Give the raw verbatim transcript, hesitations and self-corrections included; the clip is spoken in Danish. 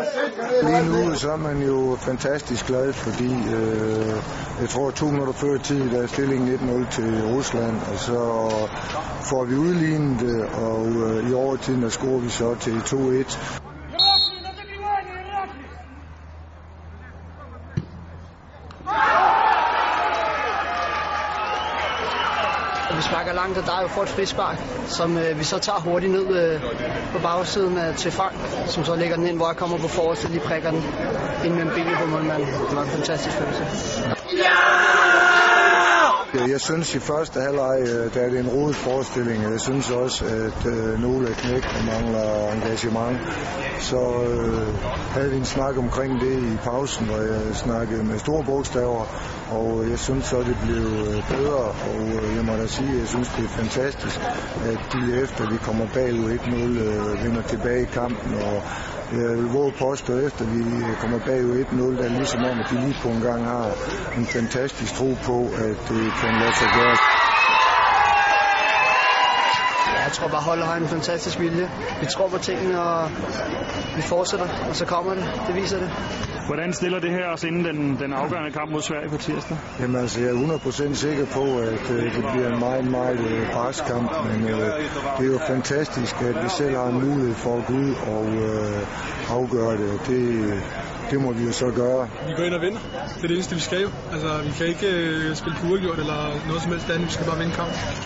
Lige nu så er man jo fantastisk glad, fordi øh, jeg tror to minutter før tid, der er stillingen et nul til Rusland, og så får vi udlignet det, og øh, i overtiden der scorer vi så til to et. Vi sparker langt, og der er jo for et frispark, som øh, vi så tager hurtigt ned øh, på bagsiden af, til Frank, som så lægger den ind, hvor jeg kommer på forrest, og lige prikker den ind mellem benene på målmanden. Det var en fantastisk følelse. Jeg synes i første halvleg, der er det en rodet forestilling. Jeg synes også, at øh, nogle af knægtene mangler engagement. Så øh, havde vi en snak omkring det i pausen, hvor jeg snakkede med store bogstaver, og jeg synes så, det blev bedre. Og jeg må da sige, at jeg synes, det er fantastisk, at de efter vi kommer bagud et nul øh, vinder tilbage i kampen. Og jeg vil våge påstå, efter vi kommer bagud et nul, der er ligesom om, at de lige på en gang har en fantastisk tro på, at det kan lade sig gøre. Jeg tror bare, holdet har en fantastisk vilje. Vi tror på tingene, og vi fortsætter, og så kommer det. Det viser det. Hvordan stiller det her os inden den, den afgørende kamp mod Sverige på tirsdag? Jamen altså, jeg er hundrede procent sikker på, at uh, det bliver en meget, meget uh, barsk kamp, men uh, det er jo fantastisk, at vi selv har en mulighed for at gå ud og uh, afgøre det. det. Det må vi jo så gøre. Vi går ind og vinder. Det er det eneste, vi skal jo. Altså, vi kan ikke uh, spille på uafgjort eller noget som helst andet. Vi skal bare vinde kampen.